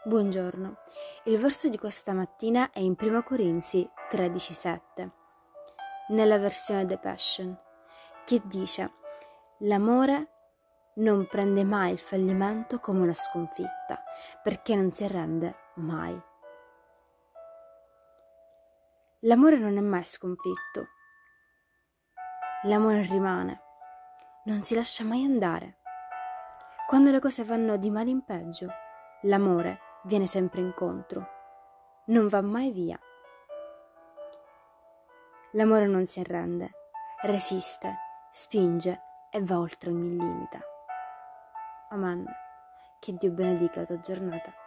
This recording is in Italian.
Buongiorno, il verso di questa mattina è in 1 Corinzi 13,7, nella versione The Passion, che dice: l'amore non prende mai il fallimento come una sconfitta, perché non si arrende mai. L'amore non è mai sconfitto, l'amore rimane, non si lascia mai andare. Quando le cose vanno di male in peggio, l'amore viene sempre incontro, non va mai via. L'amore non si arrende, resiste, spinge e va oltre ogni limite. Amen. Che Dio benedica la tua giornata.